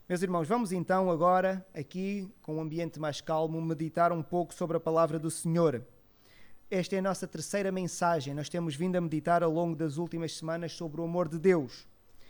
Meus irmãos, vamos então agora, aqui, com um ambiente mais calmo, meditar um pouco sobre a palavra do Senhor. Esta é a nossa terceira mensagem. Nós temos vindo a meditar ao longo das últimas semanas sobre o amor de Deus.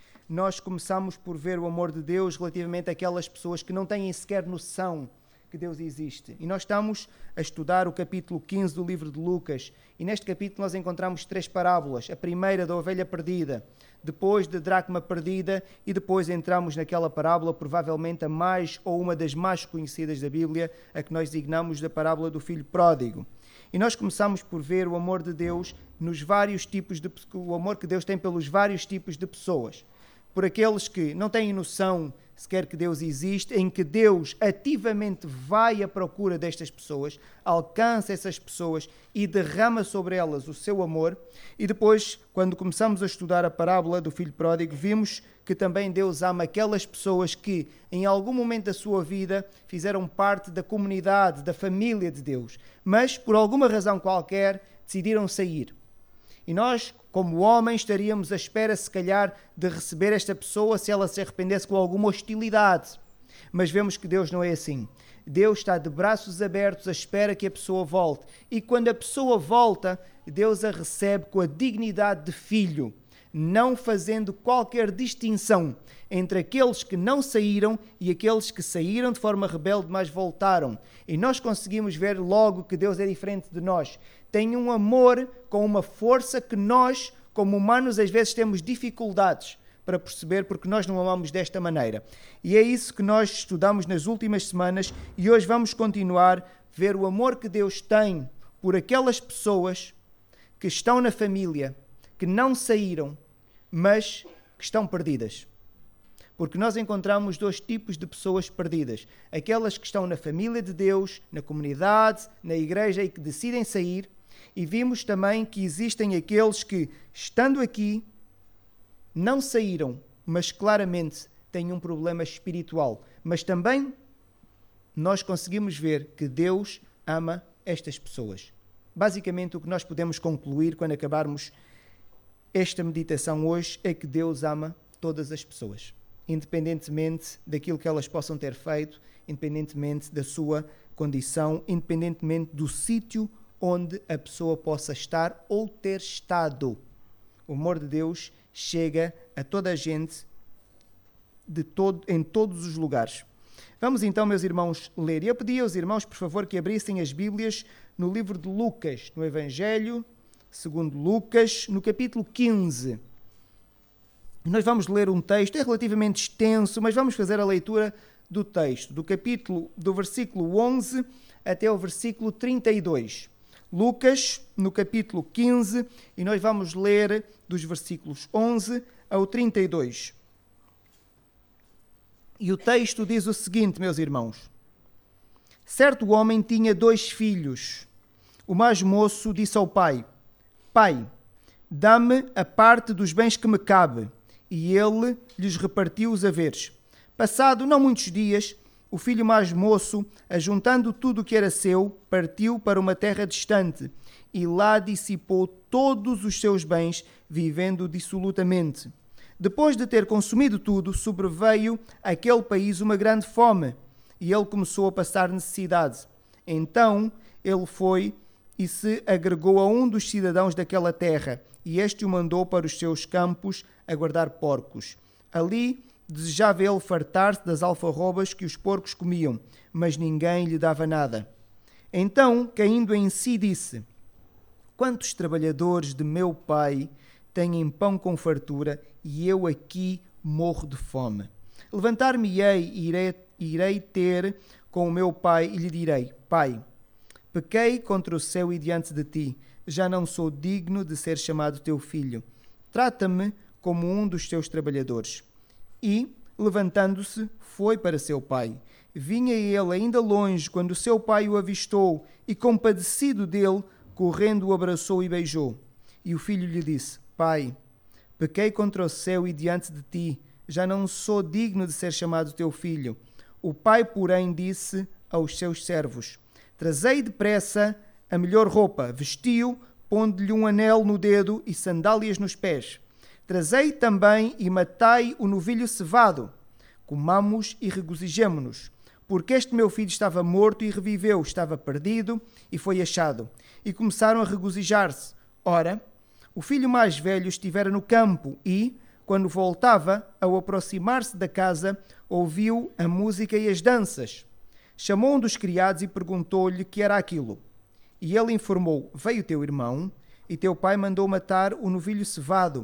Nós começamos por ver o amor de Deus relativamente àquelas pessoas que não têm sequer noção que Deus existe. E nós estamos a estudar o capítulo 15 do livro de Lucas. E neste capítulo nós encontramos 3 parábolas. A primeira da ovelha perdida, depois da dracma perdida e depois entramos naquela parábola, provavelmente a mais ou uma das mais conhecidas da Bíblia, a que nós designamos da parábola do filho pródigo. E nós começamos por ver o amor de Deus nos vários tipos de... o amor que Deus tem pelos vários tipos de pessoas. Por aqueles que não têm noção sequer que Deus existe, em que Deus ativamente vai à procura destas pessoas, alcança essas pessoas e derrama sobre elas o seu amor. E depois, quando começamos a estudar a parábola do filho pródigo, vimos que também Deus ama aquelas pessoas que, em algum momento da sua vida, fizeram parte da comunidade, da família de Deus, mas, por alguma razão qualquer, decidiram sair. E nós, como homens, estaríamos à espera, se calhar, de receber esta pessoa se ela se arrependesse com alguma hostilidade. Mas vemos que Deus não é assim. Deus está de braços abertos à espera que a pessoa volte. E quando a pessoa volta, Deus a recebe com a dignidade de filho, não fazendo qualquer distinção entre aqueles que não saíram e aqueles que saíram de forma rebelde, mas voltaram. E nós conseguimos ver logo que Deus é diferente de nós. Tem um amor com uma força que nós, como humanos, às vezes temos dificuldades para perceber, porque nós não amamos desta maneira. E é isso que nós estudamos nas últimas semanas e hoje vamos continuar a ver o amor que Deus tem por aquelas pessoas que estão na família, que não saíram, mas que estão perdidas. Porque nós encontramos 2 tipos de pessoas perdidas. Aquelas que estão na família de Deus, na comunidade, na igreja e que decidem sair. E vimos também que existem aqueles que, estando aqui, não saíram, mas claramente têm um problema espiritual. Mas também nós conseguimos ver que Deus ama estas pessoas. Basicamente, o que nós podemos concluir quando acabarmos esta meditação hoje é que Deus ama todas as pessoas, independentemente daquilo que elas possam ter feito, independentemente da sua condição, independentemente do sítio onde a pessoa possa estar ou ter estado. O amor de Deus chega a toda a gente, em todos os lugares. Vamos então, meus irmãos, ler. E eu pedi aos irmãos, por favor, que abrissem as Bíblias no livro de Lucas, no Evangelho segundo Lucas, no capítulo 15. Nós vamos ler um texto, é relativamente extenso, mas vamos fazer a leitura do texto, do versículo 11 até o versículo 32. Lucas, no capítulo 15, e nós vamos ler dos versículos 11 ao 32. E o texto diz o seguinte, meus irmãos. Certo homem tinha 2 filhos. O mais moço disse ao pai: Pai, dá-me a parte dos bens que me cabe. E ele lhes repartiu os haveres. Passado não muitos dias, o filho mais moço, ajuntando tudo o que era seu, partiu para uma terra distante e lá dissipou todos os seus bens, vivendo dissolutamente. Depois de ter consumido tudo, sobreveio àquele país uma grande fome e ele começou a passar necessidade. Então ele foi e se agregou a um dos cidadãos daquela terra, e este o mandou para os seus campos a guardar porcos. Ali desejava ele fartar-se das alfarrobas que os porcos comiam, mas ninguém lhe dava nada. Então, caindo em si, disse: Quantos trabalhadores de meu pai têm pão com fartura, e eu aqui morro de fome? Levantar-me-ei e irei ter com o meu pai, e lhe direi: Pai, pequei contra o céu e diante de ti, já não sou digno de ser chamado teu filho. Trata-me como um dos teus trabalhadores. E, levantando-se, foi para seu pai. Vinha ele ainda longe quando seu pai o avistou e, compadecido dele, correndo o abraçou e beijou. E o filho lhe disse: Pai, pequei contra o céu e diante de ti, já não sou digno de ser chamado teu filho. O pai, porém, disse aos seus servos: Trazei depressa a melhor roupa, vestiu, pondo-lhe um anel no dedo e sandálias nos pés. Trazei também e matai o novilho cevado. Comamos e regozijemo-nos, porque este meu filho estava morto e reviveu, estava perdido e foi achado. E começaram a regozijar-se. Ora, o filho mais velho estivera no campo e, quando voltava, ao aproximar-se da casa, ouviu a música e as danças. Chamou um dos criados e perguntou-lhe que era aquilo. E ele informou: veio teu irmão, e teu pai mandou matar o novilho cevado,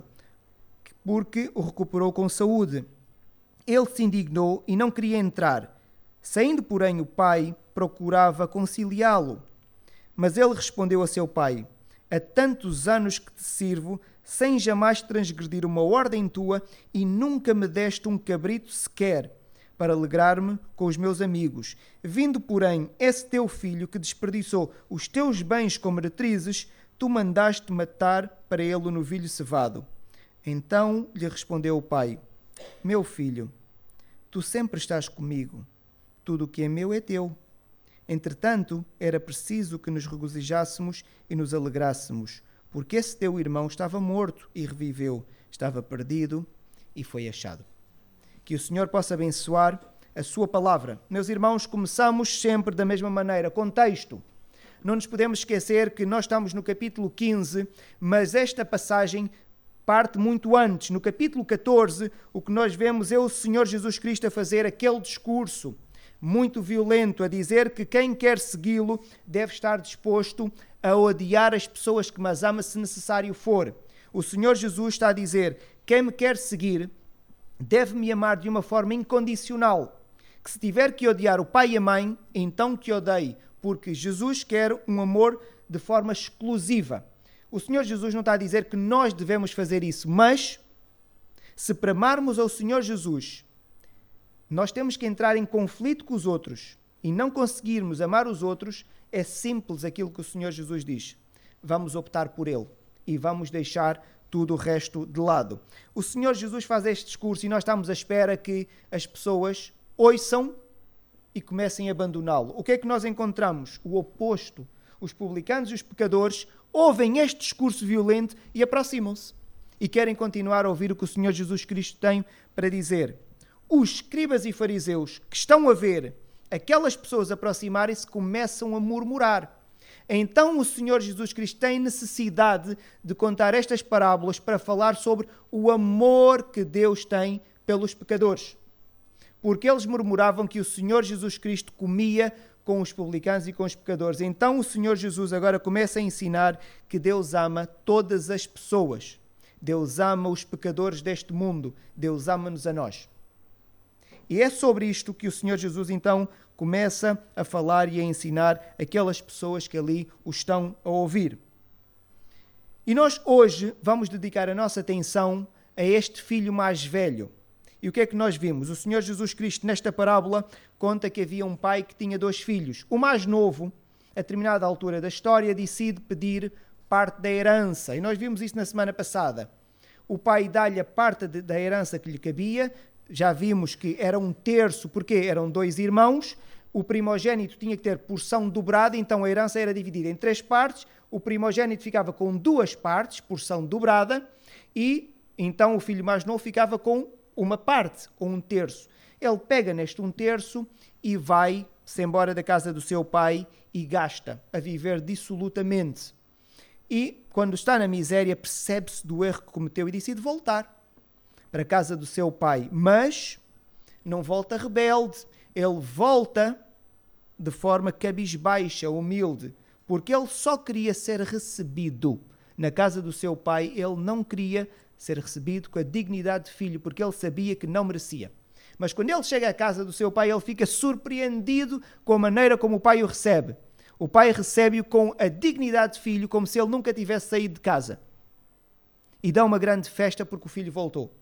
porque o recuperou com saúde. Ele se indignou e não queria entrar. Saindo, porém, o pai procurava conciliá-lo. Mas ele respondeu a seu pai: há tantos anos que te sirvo, sem jamais transgredir uma ordem tua, e nunca me deste um cabrito sequer, para alegrar-me com os meus amigos. Vindo, porém, esse teu filho que desperdiçou os teus bens com meretrizes, tu mandaste matar para ele o novilho cevado. Então lhe respondeu o pai: meu filho, tu sempre estás comigo, tudo o que é meu é teu. Entretanto, era preciso que nos regozijássemos e nos alegrássemos, porque esse teu irmão estava morto e reviveu, estava perdido e foi achado. Que o Senhor possa abençoar a sua palavra. Meus irmãos, começamos sempre da mesma maneira. Contexto. Não nos podemos esquecer que nós estamos no capítulo 15, mas esta passagem parte muito antes. No capítulo 14, o que nós vemos é o Senhor Jesus Cristo a fazer aquele discurso muito violento, a dizer que quem quer segui-lo deve estar disposto a odiar as pessoas que mais ama, se necessário for. O Senhor Jesus está a dizer: quem me quer seguir deve-me amar de uma forma incondicional, que se tiver que odiar o pai e a mãe, então que odeie, porque Jesus quer um amor de forma exclusiva. O Senhor Jesus não está a dizer que nós devemos fazer isso, mas se para amarmos ao Senhor Jesus, nós temos que entrar em conflito com os outros e não conseguirmos amar os outros, é simples aquilo que o Senhor Jesus diz: vamos optar por Ele e vamos deixar tudo o resto de lado. O Senhor Jesus faz este discurso e nós estamos à espera que as pessoas ouçam e comecem a abandoná-lo. O que é que nós encontramos? O oposto. Os publicanos e os pecadores ouvem este discurso violento e aproximam-se e querem continuar a ouvir o que o Senhor Jesus Cristo tem para dizer. Os escribas e fariseus que estão a ver aquelas pessoas aproximarem-se começam a murmurar. Então o Senhor Jesus Cristo tem necessidade de contar estas parábolas para falar sobre o amor que Deus tem pelos pecadores. Porque eles murmuravam que o Senhor Jesus Cristo comia com os publicanos e com os pecadores. Então o Senhor Jesus agora começa a ensinar que Deus ama todas as pessoas. Deus ama os pecadores deste mundo. Deus ama-nos a nós. E é sobre isto que o Senhor Jesus então começa a falar e a ensinar aquelas pessoas que ali o estão a ouvir. E nós hoje vamos dedicar a nossa atenção a este filho mais velho. E o que é que nós vimos? O Senhor Jesus Cristo, nesta parábola, conta que havia um pai que tinha 2 filhos. O mais novo, a determinada altura da história, decide pedir parte da herança. E nós vimos isso na semana passada. O pai dá-lhe a parte da herança que lhe cabia. Já vimos que era 1/3, porque eram 2 irmãos. O primogênito tinha que ter porção dobrada, então a herança era dividida em 3 partes. O primogênito ficava com 2 partes, porção dobrada, e então o filho mais novo ficava com uma parte, ou 1/3. Ele pega neste 1/3 e vai-se embora da casa do seu pai e gasta, a viver dissolutamente. E, quando está na miséria, percebe-se do erro que cometeu e decide voltar para a casa do seu pai. Mas não volta rebelde. Ele volta de forma cabisbaixa, humilde, porque ele só queria ser recebido na casa do seu pai. Ele não queria ser recebido com a dignidade de filho, porque ele sabia que não merecia. Mas quando ele chega à casa do seu pai, ele fica surpreendido com a maneira como o pai o recebe. O pai recebe-o com a dignidade de filho, como se ele nunca tivesse saído de casa. E dá uma grande festa porque o filho voltou.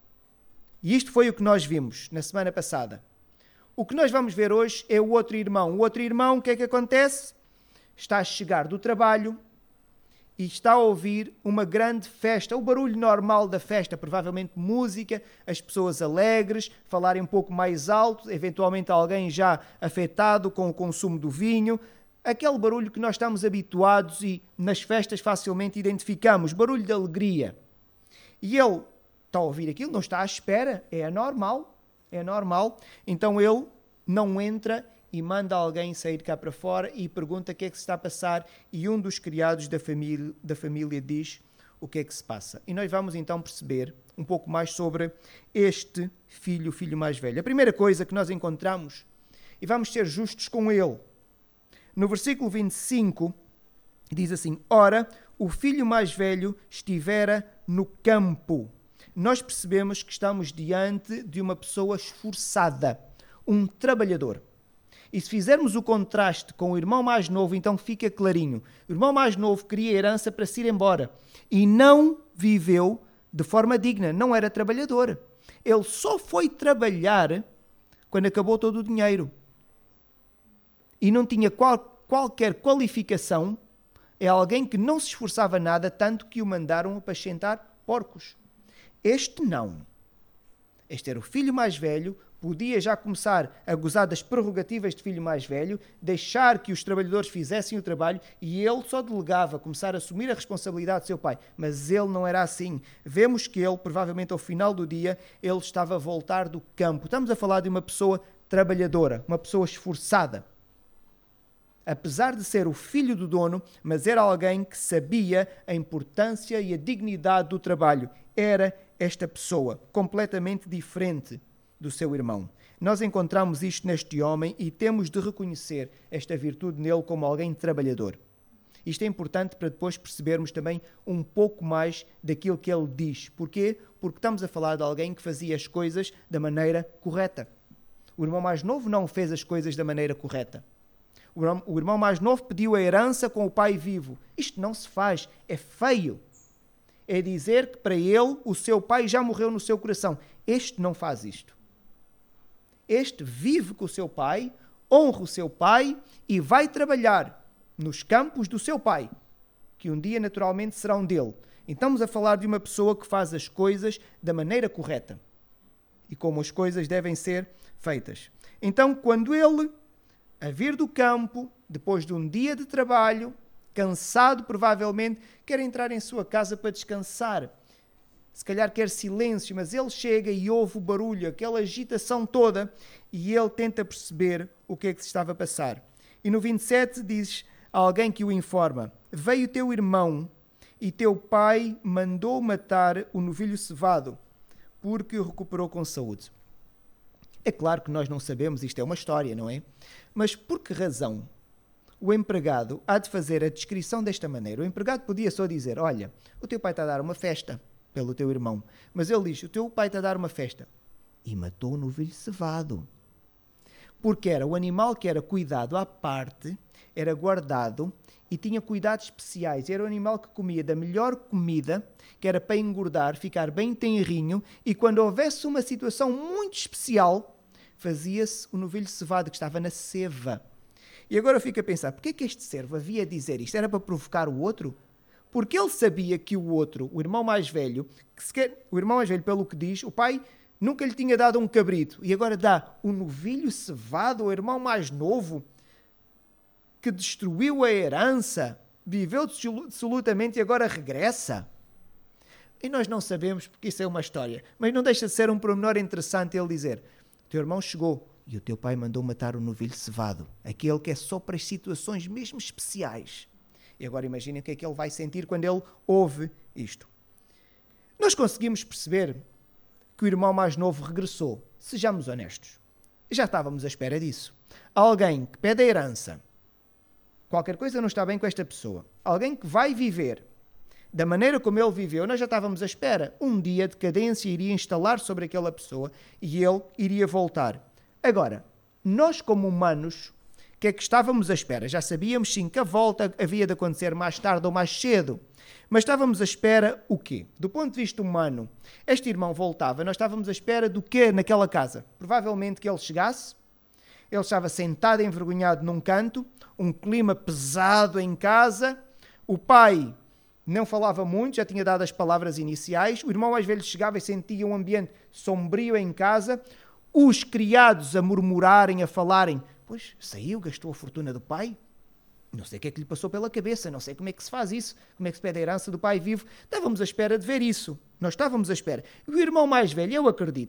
E isto foi o que nós vimos na semana passada. O que nós vamos ver hoje é o outro irmão. O outro irmão, o que é que acontece? Está a chegar do trabalho e está a ouvir uma grande festa, o barulho normal da festa, provavelmente música, as pessoas alegres, falarem um pouco mais alto, eventualmente alguém já afetado com o consumo do vinho, aquele barulho que nós estamos habituados e nas festas facilmente identificamos, barulho de alegria. E ele está a ouvir aquilo, não está à espera, é anormal. é normal. Então ele não entra e manda alguém sair cá para fora e pergunta o que é que se está a passar, e um dos criados da família diz o que é que se passa. E nós vamos então perceber um pouco mais sobre este filho, o filho mais velho. A primeira coisa que nós encontramos, e vamos ser justos com ele, no versículo 25, diz assim: ora, o filho mais velho estivera no campo. Nós percebemos que estamos diante de uma pessoa esforçada, um trabalhador. E se fizermos o contraste com o irmão mais novo, então fica clarinho. O irmão mais novo queria herança para se ir embora e não viveu de forma digna, não era trabalhador. Ele só foi trabalhar quando acabou todo o dinheiro. E não tinha qualquer qualificação. É alguém que não se esforçava nada, tanto que o mandaram apacentar porcos. Este não. Este era o filho mais velho, podia já começar a gozar das prerrogativas de filho mais velho, deixar que os trabalhadores fizessem o trabalho e ele só delegava, começar a assumir a responsabilidade do seu pai. Mas ele não era assim. Vemos que ele, provavelmente ao final do dia, ele estava a voltar do campo. Estamos a falar de uma pessoa trabalhadora, uma pessoa esforçada. Apesar de ser o filho do dono, mas era alguém que sabia a importância e a dignidade do trabalho. Era esta pessoa, completamente diferente do seu irmão. Nós encontramos isto neste homem e temos de reconhecer esta virtude nele como alguém trabalhador. Isto é importante para depois percebermos também um pouco mais daquilo que ele diz. Porquê? Porque estamos a falar de alguém que fazia as coisas da maneira correta. O irmão mais novo não fez as coisas da maneira correta. O irmão mais novo pediu a herança com o pai vivo. Isto não se faz, é feio. É dizer que para ele o seu pai já morreu no seu coração. Este não faz isto. Este vive com o seu pai, honra o seu pai e vai trabalhar nos campos do seu pai, que um dia naturalmente serão dele. Então estamos a falar de uma pessoa que faz as coisas da maneira correta e como as coisas devem ser feitas. Então, quando ele, a vir do campo, depois de um dia de trabalho, cansado provavelmente, quer entrar em sua casa para descansar. Se calhar quer silêncio, mas ele chega e ouve o barulho, aquela agitação toda, e ele tenta perceber o que é que se estava a passar. E no 27 diz alguém que o informa: veio teu irmão e teu pai mandou matar o novilho cevado, porque o recuperou com saúde. É claro que nós não sabemos, isto é uma história, não é? Mas por que razão o empregado há de fazer a descrição desta maneira? O empregado podia só dizer: olha, o teu pai está a dar uma festa pelo teu irmão. Mas ele diz: o teu pai está a dar uma festa. E matou o novilho cevado. Porque era o animal que era cuidado à parte, era guardado e tinha cuidados especiais. Era o animal que comia da melhor comida, que era para engordar, ficar bem tenrinho, e quando houvesse uma situação muito especial, fazia-se o novilho cevado, que estava na ceva. E agora eu fico a pensar: porquê que este servo havia a dizer isto? Era para provocar o outro? Porque ele sabia que o outro, o irmão mais velho, pelo que diz, o pai nunca lhe tinha dado um cabrito e agora dá um novilho cevado ao irmão mais novo, que destruiu a herança, viveu dissolutamente e agora regressa. E nós não sabemos, porque isso é uma história, mas não deixa de ser um pormenor interessante ele dizer: o teu irmão chegou e o teu pai mandou matar o novilho cevado, aquele que é só para as situações mesmo especiais. E agora imaginem o que é que ele vai sentir quando ele ouve isto. Nós conseguimos perceber que o irmão mais novo regressou. Sejamos honestos. Já estávamos à espera disso. Alguém que pede a herança, qualquer coisa não está bem com esta pessoa. Alguém que vai viver da maneira como ele viveu, nós já estávamos à espera. Um dia a decadência iria instalar sobre aquela pessoa e ele iria voltar. Agora, nós como humanos, o que é que estávamos à espera? Já sabíamos sim que a volta havia de acontecer mais tarde ou mais cedo. Mas estávamos à espera o quê? Do ponto de vista humano, este irmão voltava, nós estávamos à espera do quê naquela casa? Provavelmente que ele chegasse, ele estava sentado envergonhado num canto, um clima pesado em casa, o pai não falava muito, já tinha dado as palavras iniciais, o irmão mais velho chegava e sentia um ambiente sombrio em casa, os criados a murmurarem, a falarem: pois, saiu, gastou a fortuna do pai. Não sei o que é que lhe passou pela cabeça, não sei como é que se faz isso, como é que se pede a herança do pai vivo. Estávamos à espera de ver isso. Nós estávamos à espera. E o irmão mais velho, eu acredito,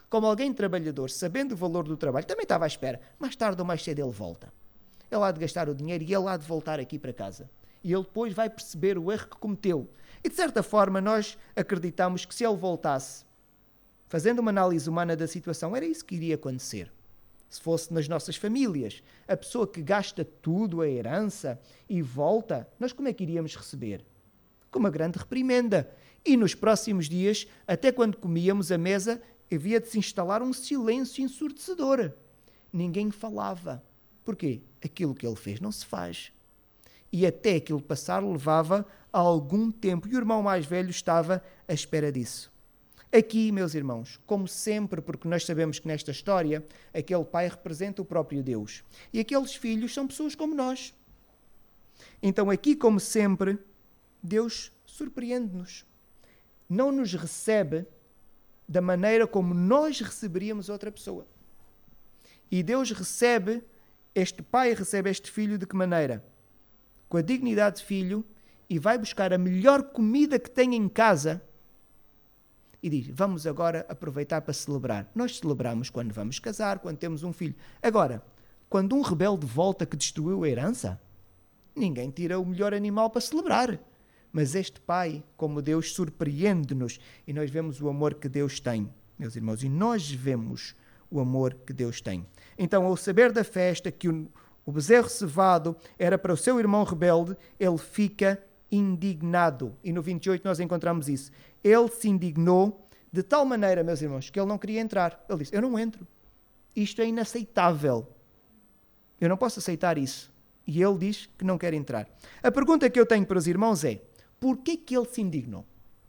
como alguém trabalhador, sabendo o valor do trabalho, também estava à espera. Mais tarde ou mais cedo ele volta. Ele há de gastar o dinheiro e ele há de voltar aqui para casa. E ele depois vai perceber o erro que cometeu. E de certa forma nós acreditamos que se ele voltasse, fazendo uma análise humana da situação, era isso que iria acontecer. Se fosse nas nossas famílias, a pessoa que gasta tudo, a herança, e volta, nós como é que iríamos receber? Com uma grande reprimenda. E nos próximos dias, até quando comíamos à mesa, havia de se instalar um silêncio ensurdecedor. Ninguém falava. Porquê? Aquilo que ele fez não se faz. E até aquilo passar levava algum tempo. E o irmão mais velho estava à espera disso. Aqui, meus irmãos, como sempre, porque nós sabemos que nesta história, aquele pai representa o próprio Deus. E aqueles filhos são pessoas como nós. Então aqui, como sempre, Deus surpreende-nos. Não nos recebe da maneira como nós receberíamos outra pessoa. E Deus recebe, este pai recebe este filho de que maneira? Com a dignidade de filho, e vai buscar a melhor comida que tem em casa e diz, vamos agora aproveitar para celebrar. Nós celebramos quando vamos casar, quando temos um filho. Agora, quando um rebelde volta que destruiu a herança, ninguém tira o melhor animal para celebrar. Mas este pai, como Deus, surpreende-nos e nós vemos o amor que Deus tem, meus irmãos, e nós vemos o amor que Deus tem. Então, ao saber da festa que o bezerro cevado era para o seu irmão rebelde, ele fica indignado. E no 28 nós encontramos isso. Ele se indignou de tal maneira, meus irmãos, que ele não queria entrar. Ele disse, eu não entro. Isto é inaceitável. Eu não posso aceitar isso. E ele diz que não quer entrar. A pergunta que eu tenho para os irmãos é, porquê que ele se indignou?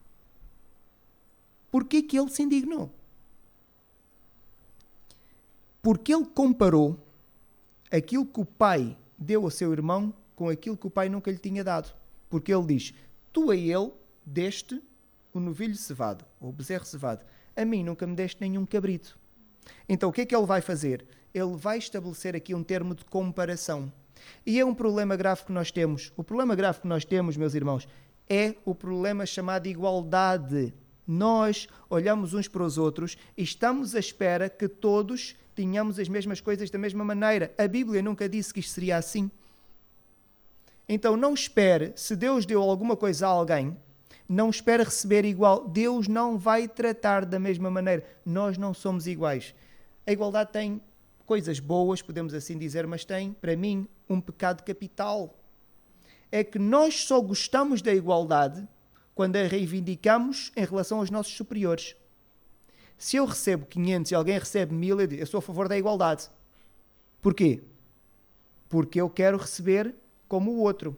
Porquê que ele se indignou? Porque ele comparou aquilo que o pai deu ao seu irmão com aquilo que o pai nunca lhe tinha dado. Porque ele diz, tu a ele deste o novilho cevado, ou o bezerro cevado. A mim nunca me deste nenhum cabrito. Então o que é que ele vai fazer? Ele vai estabelecer aqui um termo de comparação. E é um problema grave que nós temos. O problema grave que nós temos, meus irmãos, é o problema chamado igualdade. Nós olhamos uns para os outros e estamos à espera que todos tenhamos as mesmas coisas da mesma maneira. A Bíblia nunca disse que isto seria assim. Então não espere, se Deus deu alguma coisa a alguém, não espere receber igual. Deus não vai tratar da mesma maneira. Nós não somos iguais. A igualdade tem coisas boas, podemos assim dizer, mas tem, para mim, um pecado capital. É que nós só gostamos da igualdade quando a reivindicamos em relação aos nossos superiores. Se eu recebo 500 e alguém recebe 1000, eu digo, eu sou a favor da igualdade. Porquê? Porque eu quero receber como o outro.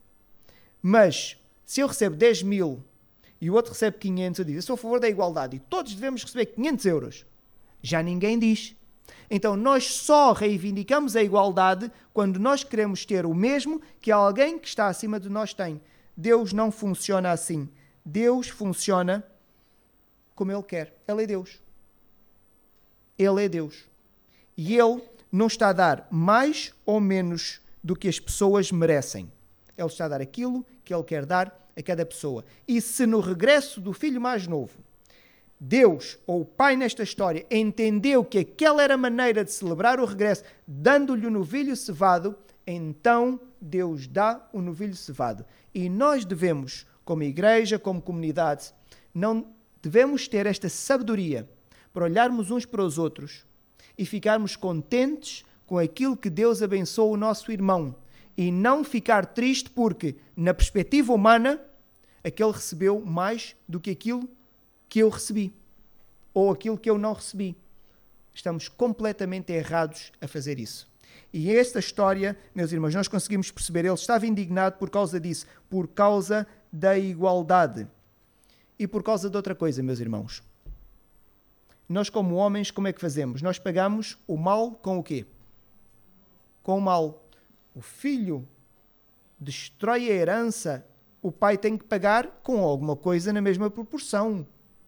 Mas, se eu recebo 10.000 e o outro recebe 500, eu digo, eu sou a favor da igualdade e todos devemos receber 500 euros. Já ninguém diz. Então, nós só reivindicamos a igualdade quando nós queremos ter o mesmo que alguém que está acima de nós tem. Deus não funciona assim. Deus funciona como Ele quer. Ele é Deus. Ele é Deus. E Ele não está a dar mais ou menos do que as pessoas merecem. Ele está a dar aquilo que Ele quer dar a cada pessoa. E se no regresso do filho mais novo, Deus, ou o pai nesta história, entendeu que aquela era a maneira de celebrar o regresso, dando-lhe o novilho cevado, então Deus dá o novilho cevado. E nós devemos, como igreja, como comunidade, não devemos ter esta sabedoria para olharmos uns para os outros e ficarmos contentes com aquilo que Deus abençoou o nosso irmão e não ficar triste porque, na perspectiva humana, aquele recebeu mais do que aquilo que eu recebi ou aquilo que eu não recebi. Estamos completamente errados a fazer isso. E esta história, meus irmãos, nós conseguimos perceber, ele estava indignado por causa disso, por causa da igualdade. E por causa de outra coisa, meus irmãos. Nós, como homens, como é que fazemos? Nós pagamos o mal com o quê? Com o mal. O filho destrói a herança, o pai tem que pagar com alguma coisa na mesma proporção.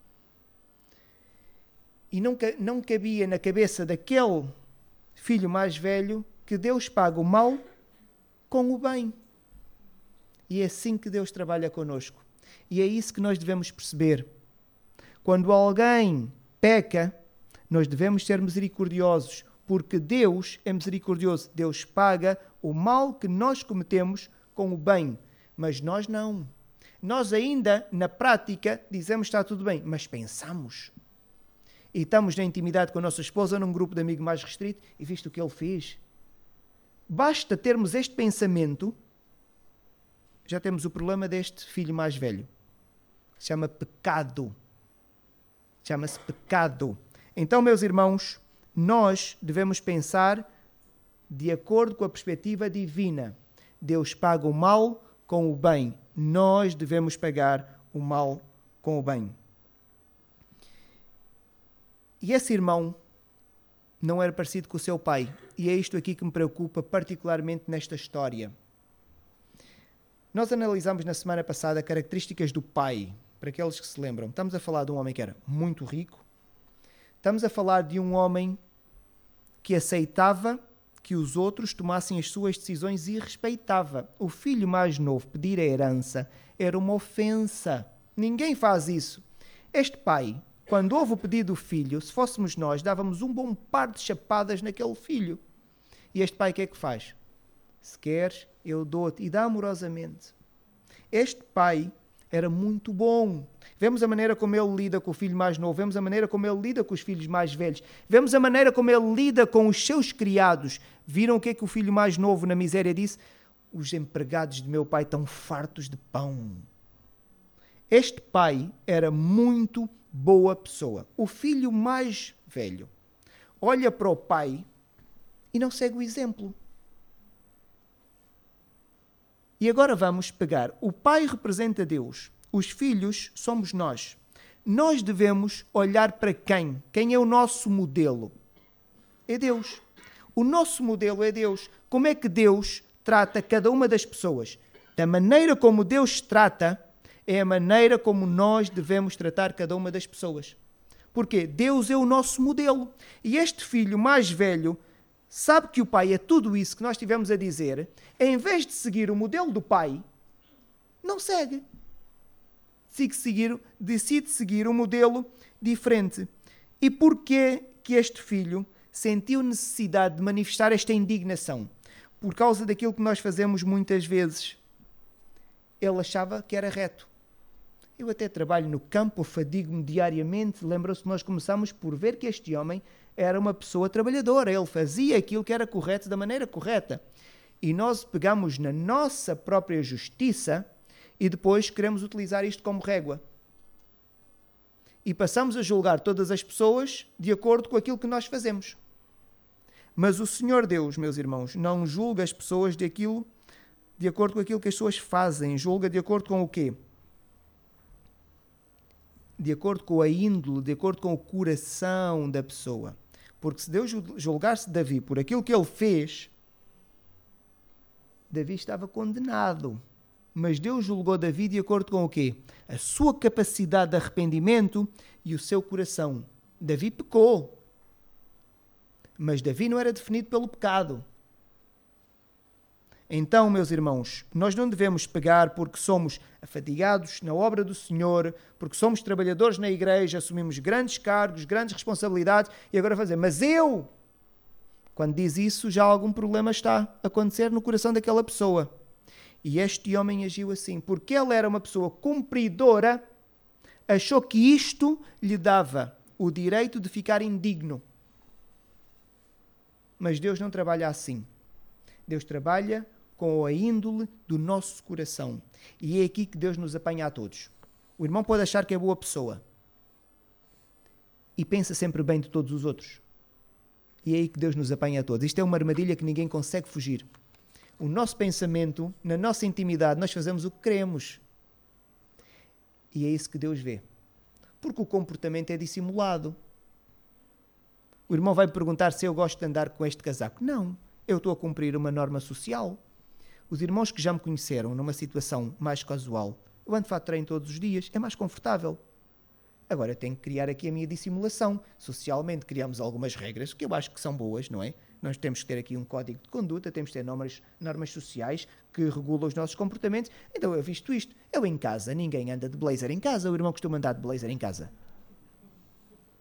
E não cabia na cabeça daquele filho mais velho que Deus paga o mal com o bem. E é assim que Deus trabalha connosco. E é isso que nós devemos perceber. Quando alguém peca, Nós devemos ser misericordiosos, porque Deus é misericordioso. Deus paga o mal que nós cometemos com o bem, mas nós não. Nós ainda, na prática, dizemos que está tudo bem, mas pensamos. E estamos na intimidade com a nossa esposa, num grupo de amigos mais restrito, e viste o que ele fez? Basta termos este pensamento, já temos o problema deste filho mais velho. Se chama pecado. Chama-se pecado. Então, meus irmãos, nós devemos pensar de acordo com a perspectiva divina. Deus paga o mal com o bem. Nós devemos pagar o mal com o bem. E esse irmão não era parecido com o seu pai. E é isto aqui que me preocupa particularmente nesta história. Nós analisamos na semana passada características do pai, para aqueles que se lembram. Estamos a falar de um homem que era muito rico. Estamos a falar de um homem que aceitava que os outros tomassem as suas decisões e respeitava. O filho mais novo pedir a herança era uma ofensa. Ninguém faz isso. Este pai, quando houve o pedido do filho, se fôssemos nós, dávamos um bom par de chapadas naquele filho. E este pai o que é que faz? Se queres, eu dou-te. E dá amorosamente. Este pai era muito bom. Vemos a maneira como ele lida com o filho mais novo. Vemos a maneira como ele lida com os filhos mais velhos. Vemos a maneira como ele lida com os seus criados. Viram o que é que o filho mais novo na miséria disse? Os empregados de meu pai estão fartos de pão. Este pai era muito boa pessoa. O filho mais velho olha para o pai e não segue o exemplo. E agora vamos pegar. O pai representa Deus. Os filhos somos nós. Nós devemos olhar para quem? Quem é o nosso modelo? É Deus. O nosso modelo é Deus. Como é que Deus trata cada uma das pessoas? Da maneira como Deus trata, é a maneira como nós devemos tratar cada uma das pessoas. Porque Deus é o nosso modelo. E este filho mais velho sabe que o pai é tudo isso que nós estivemos a dizer. Em vez de seguir o modelo do pai, não segue. Decide seguir um modelo diferente. E porquê que este filho sentiu necessidade de manifestar esta indignação? Por causa daquilo que nós fazemos muitas vezes. Ele achava que era reto. Eu até trabalho no campo, fadigo-me diariamente. Lembram-se que nós começámos por ver que este homem era uma pessoa trabalhadora. Ele fazia aquilo que era correto da maneira correta. E nós pegamos na nossa própria justiça e depois queremos utilizar isto como régua. E passamos a julgar todas as pessoas de acordo com aquilo que nós fazemos. Mas o Senhor Deus, meus irmãos, não julga as pessoas de acordo com aquilo que as pessoas fazem. Julga de acordo com o quê? De acordo com a índole, de acordo com o coração da pessoa. Porque se Deus julgasse Davi por aquilo que ele fez, Davi estava condenado. Mas Deus julgou Davi de acordo com o quê? A sua capacidade de arrependimento e o seu coração. Davi pecou. Mas Davi não era definido pelo pecado. Então, meus irmãos, nós não devemos pegar porque somos afadigados na obra do Senhor, porque somos trabalhadores na igreja, assumimos grandes cargos, grandes responsabilidades, e agora fazer, mas eu... Quando diz isso, já algum problema está a acontecer no coração daquela pessoa. E este homem agiu assim, porque ele era uma pessoa cumpridora, achou que isto lhe dava o direito de ficar indigno. Mas Deus não trabalha assim. Deus trabalha com a índole do nosso coração. E é aqui que Deus nos apanha a todos. O irmão pode achar que é boa pessoa e pensa sempre bem de todos os outros. E é aí que Deus nos apanha a todos. Isto é uma armadilha que ninguém consegue fugir. O nosso pensamento, na nossa intimidade, nós fazemos o que queremos. E é isso que Deus vê. Porque o comportamento é dissimulado. O irmão vai me perguntar se eu gosto de andar com este casaco. Não, eu estou a cumprir uma norma social. Os irmãos que já me conheceram numa situação mais casual, eu ando de fato de treino todos os dias, é mais confortável. Agora eu tenho que criar aqui a minha dissimulação. Socialmente criamos algumas regras que eu acho que são boas, não é? Nós temos que ter aqui um código de conduta, temos que ter normas sociais que regulam os nossos comportamentos. Então eu visto isto. Eu em casa, ninguém anda de blazer em casa. O irmão costuma andar de blazer em casa.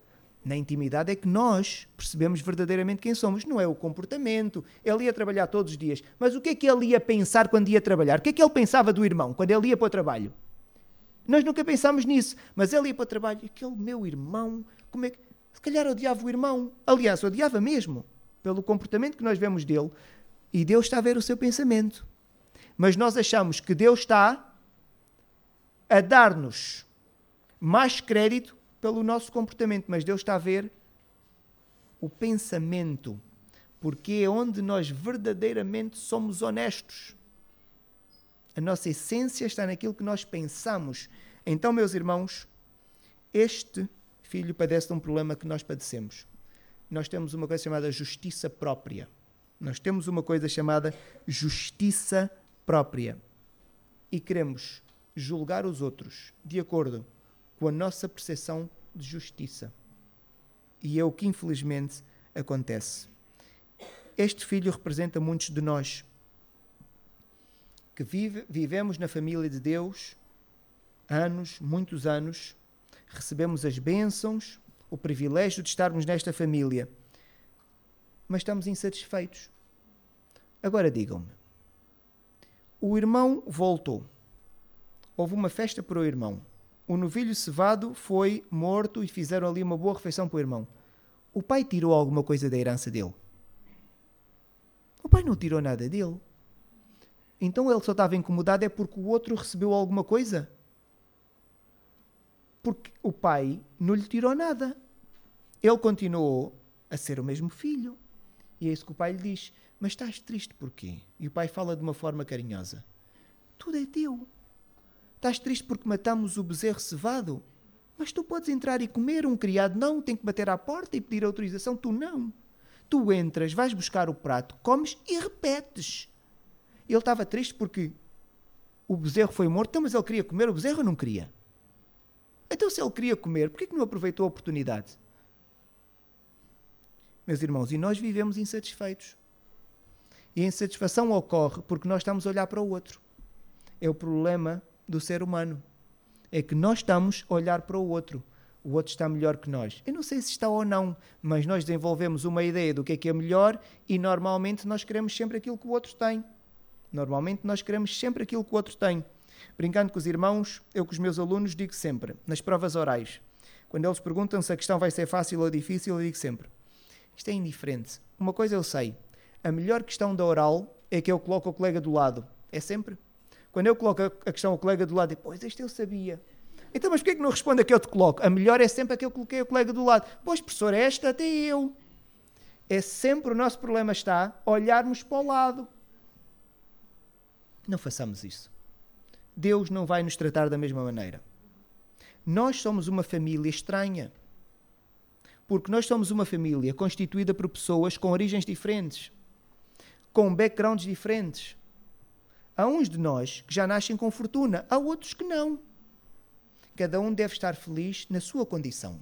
Na intimidade é que nós percebemos verdadeiramente quem somos. Não é o comportamento. Ele ia trabalhar todos os dias. Mas o que é que ele ia pensar quando ia trabalhar? O que é que ele pensava do irmão quando ele ia para o trabalho? Nós nunca pensámos nisso. Mas ele ia para o trabalho. Aquele meu irmão, como é que... Se calhar odiava o irmão. Aliás, odiava mesmo. Pelo comportamento que nós vemos dele. E Deus está a ver o seu pensamento. Mas nós achamos que Deus está a dar-nos mais crédito pelo nosso comportamento, mas Deus está a ver o pensamento, porque é onde nós verdadeiramente somos honestos. A nossa essência está naquilo que nós pensamos. Então, meus irmãos, este filho padece de um problema que nós padecemos. Nós temos uma coisa chamada justiça própria. Nós temos uma coisa chamada justiça própria. E queremos julgar os outros de acordo com a nossa percepção de justiça. E é o que infelizmente acontece. Este filho representa muitos de nós que vivemos na família de Deus anos, muitos anos, recebemos as bênçãos, o privilégio de estarmos nesta família, mas estamos insatisfeitos. Agora digam-me, o irmão voltou, houve uma festa para o irmão, o novilho cevado foi morto e fizeram ali uma boa refeição para o irmão. O pai tirou alguma coisa da herança dele? O pai não tirou nada dele. Então ele só estava incomodado é porque o outro recebeu alguma coisa? Porque o pai não lhe tirou nada. Ele continuou a ser o mesmo filho. E é isso que o pai lhe diz. Mas estás triste porquê? E o pai fala de uma forma carinhosa. Tudo é teu. Estás triste porque matamos o bezerro cevado? Mas tu podes entrar e comer, um criado não, tem que bater à porta e pedir autorização, tu não. Tu entras, vais buscar o prato, comes e repetes. Ele estava triste porque o bezerro foi morto, então, mas ele queria comer o bezerro ou não queria? Então se ele queria comer, por que não aproveitou a oportunidade? Meus irmãos, e nós vivemos insatisfeitos. E a insatisfação ocorre porque nós estamos a olhar para o outro. É o problema do ser humano. É que nós estamos a olhar para o outro. O outro está melhor que nós. Eu não sei se está ou não, mas nós desenvolvemos uma ideia do que é melhor e normalmente nós queremos sempre aquilo que o outro tem. Normalmente nós queremos sempre aquilo que o outro tem. Brincando com os irmãos, eu com os meus alunos digo sempre, nas provas orais, quando eles perguntam se a questão vai ser fácil ou difícil, eu digo sempre, isto é indiferente. Uma coisa eu sei, a melhor questão da oral é que eu coloco o colega do lado. É sempre. Quando eu coloco a questão ao colega do lado, depois este eu sabia. Então, mas porquê é que não responde a que eu te coloco? A melhor é sempre a que eu coloquei o colega do lado. Pois, professor, esta até eu. É sempre o nosso problema está olharmos para o lado. Não façamos isso. Deus não vai nos tratar da mesma maneira. Nós somos uma família estranha. Porque nós somos uma família constituída por pessoas com origens diferentes, com backgrounds diferentes. Há uns de nós que já nascem com fortuna, há outros que não. Cada um deve estar feliz na sua condição.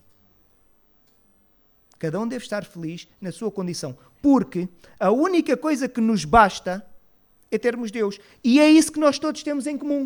Cada um deve estar feliz na sua condição. Porque a única coisa que nos basta é termos Deus. E é isso que nós todos temos em comum.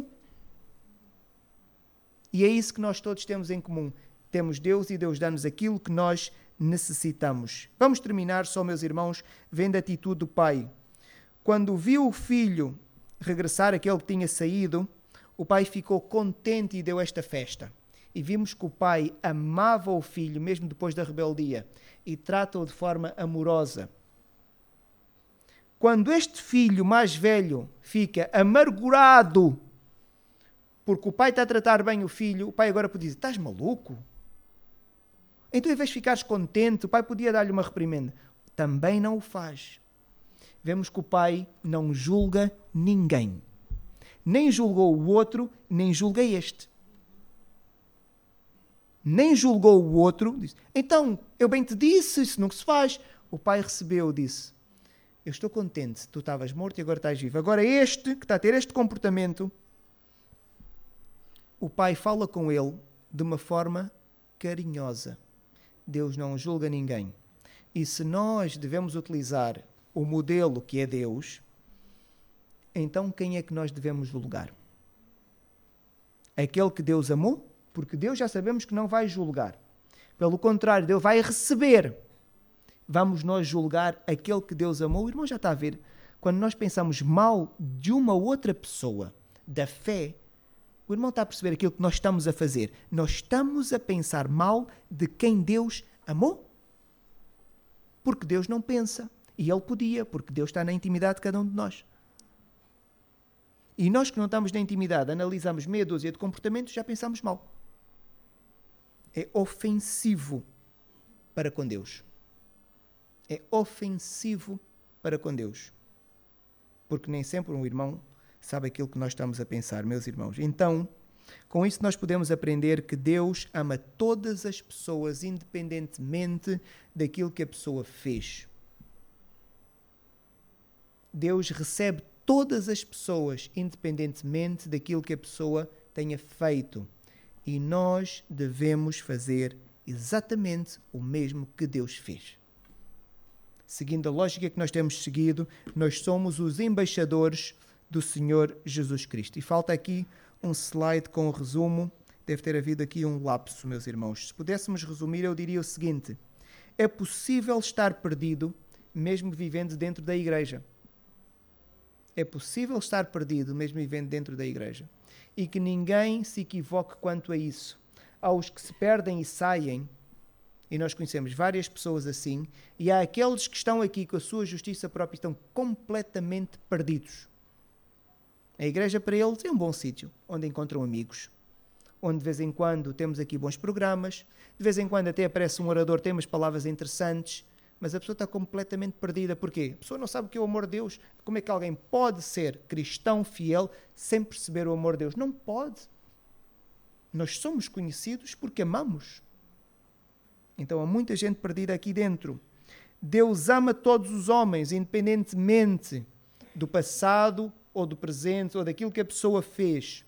E é isso que nós todos temos em comum. Temos Deus e Deus dá-nos aquilo que nós necessitamos. Vamos terminar só, meus irmãos, vendo a atitude do pai. Quando viu o filho regressar, aquele que tinha saído, o pai ficou contente e deu esta festa. E vimos que o pai amava o filho, mesmo depois da rebeldia, e trata-o de forma amorosa. Quando este filho mais velho fica amargurado porque o pai está a tratar bem o filho, o pai agora pode dizer, estás maluco? Então, em vez de ficares contente, o pai podia dar-lhe uma reprimenda. Também não o faz. Vemos que o pai não julga ninguém. Nem julgou o outro, nem julga este. Nem julgou o outro. Disse, então, eu bem te disse, isso não se faz. O pai recebeu, disse, eu estou contente, tu estavas morto e agora estás vivo. Agora este, que está a ter este comportamento, o pai fala com ele de uma forma carinhosa. Deus não julga ninguém. E se nós devemos utilizar o modelo que é Deus, então quem é que nós devemos julgar? Aquele que Deus amou? Porque Deus já sabemos que não vai julgar. Pelo contrário, Deus vai receber. Vamos nós julgar aquele que Deus amou? O irmão já está a ver. Quando nós pensamos mal de uma outra pessoa, da fé, o irmão está a perceber aquilo que nós estamos a fazer. Nós estamos a pensar mal de quem Deus amou. Porque Deus não pensa. E Ele podia, porque Deus está na intimidade de cada um de nós. E nós que não estamos na intimidade, analisamos meia dúzia de comportamentos, já pensamos mal. É ofensivo para com Deus. É ofensivo para com Deus. Porque nem sempre um irmão sabe aquilo que nós estamos a pensar, meus irmãos. Então, com isso nós podemos aprender que Deus ama todas as pessoas, independentemente daquilo que a pessoa fez. Deus recebe todas as pessoas, independentemente daquilo que a pessoa tenha feito. E nós devemos fazer exatamente o mesmo que Deus fez. Seguindo a lógica que nós temos seguido, nós somos os embaixadores do Senhor Jesus Cristo. E falta aqui um slide com o resumo. Deve ter havido aqui um lapso, meus irmãos. Se pudéssemos resumir, eu diria o seguinte: é possível estar perdido mesmo vivendo dentro da igreja. É possível estar perdido mesmo vivendo dentro da igreja. E que ninguém se equivoque quanto a isso. Aos que se perdem e saem, e nós conhecemos várias pessoas assim, e há aqueles que estão aqui com a sua justiça própria e estão completamente perdidos. A igreja para eles é um bom sítio, onde encontram amigos, onde de vez em quando temos aqui bons programas, de vez em quando até aparece um orador, tem umas palavras interessantes, mas a pessoa está completamente perdida. Porquê? A pessoa não sabe o que é o amor de Deus. Como é que alguém pode ser cristão fiel sem perceber o amor de Deus? Não pode. Nós somos conhecidos porque amamos. Então há muita gente perdida aqui dentro. Deus ama todos os homens, independentemente do passado ou do presente ou daquilo que a pessoa fez.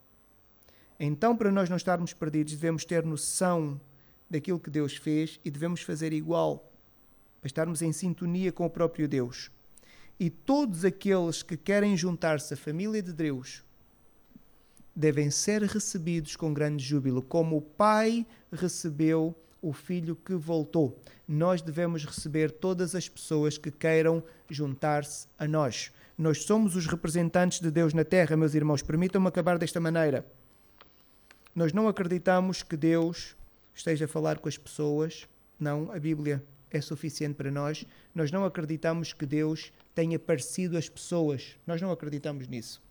Então, para nós não estarmos perdidos, devemos ter noção daquilo que Deus fez e devemos fazer igual, para estarmos em sintonia com o próprio Deus. E todos aqueles que querem juntar-se à família de Deus devem ser recebidos com grande júbilo, como o Pai recebeu o Filho que voltou. Nós devemos receber todas as pessoas que queiram juntar-se a nós. Nós somos os representantes de Deus na Terra, meus irmãos. Permitam-me acabar desta maneira. Nós não acreditamos que Deus esteja a falar com as pessoas. Não, a Bíblia é suficiente para nós. Nós não acreditamos que Deus tenha parecido às pessoas. Nós não acreditamos nisso.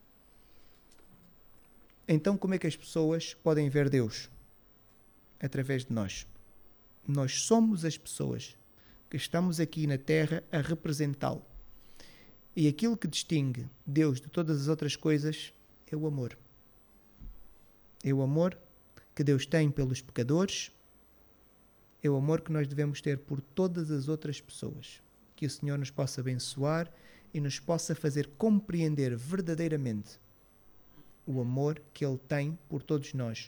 Então, como é que as pessoas podem ver Deus? Através de nós. Nós somos as pessoas que estamos aqui na Terra a representá-lo. E aquilo que distingue Deus de todas as outras coisas é o amor. É o amor que Deus tem pelos pecadores. É o amor que nós devemos ter por todas as outras pessoas. Que o Senhor nos possa abençoar e nos possa fazer compreender verdadeiramente o amor que Ele tem por todos nós.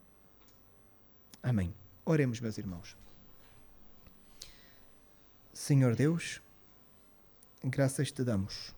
Amém. Oremos, meus irmãos. Senhor Deus, graças te damos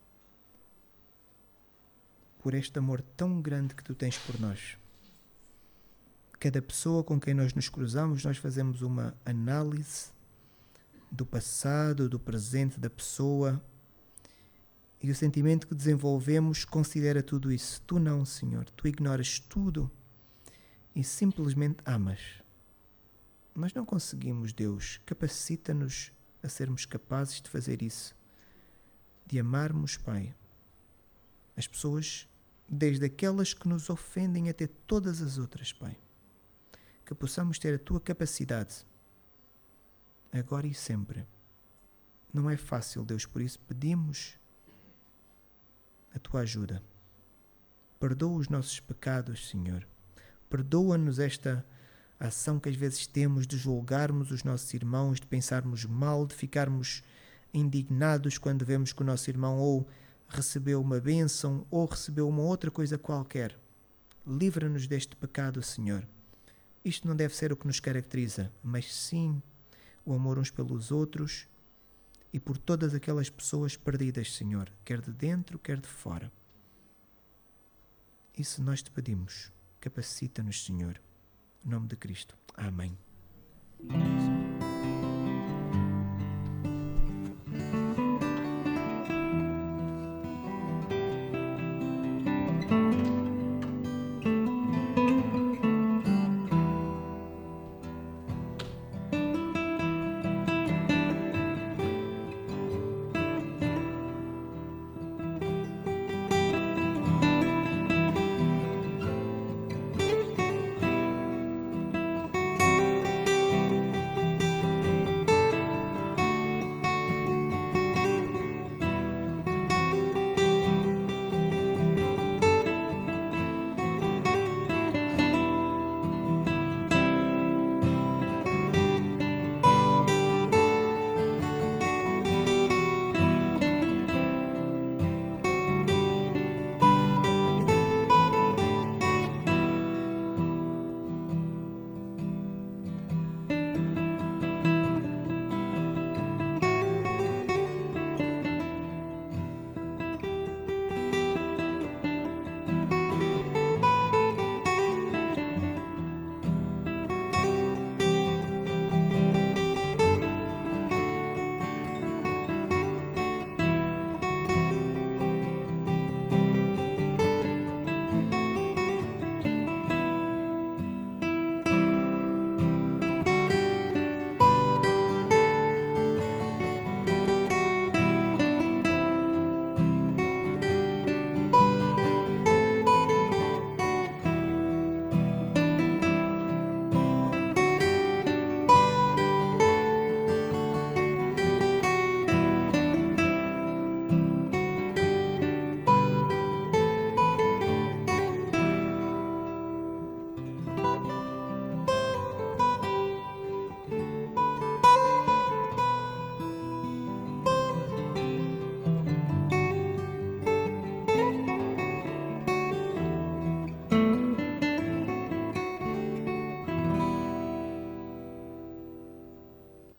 por este amor tão grande que tu tens por nós. Cada pessoa com quem nós nos cruzamos, nós fazemos uma análise do passado, do presente da pessoa, e o sentimento que desenvolvemos considera tudo isso. Tu não, Senhor. Tu ignoras tudo e simplesmente amas. Nós não conseguimos, Deus. Capacita-nos a sermos capazes de fazer isso. De amarmos, Pai, as pessoas, desde aquelas que nos ofendem até todas as outras, Pai. Que possamos ter a Tua capacidade, agora e sempre. Não é fácil, Deus, por isso pedimos a Tua ajuda. Perdoa os nossos pecados, Senhor. Perdoa-nos esta ação que às vezes temos de julgarmos os nossos irmãos, de pensarmos mal, de ficarmos indignados quando vemos que o nosso irmão ou recebeu uma bênção ou recebeu uma outra coisa qualquer. Livra-nos deste pecado, Senhor. Isto não deve ser o que nos caracteriza, mas sim o amor uns pelos outros e por todas aquelas pessoas perdidas, Senhor, quer de dentro, quer de fora. Isso nós te pedimos. Capacita-nos, Senhor. Em nome de Cristo. Amém. Jesus.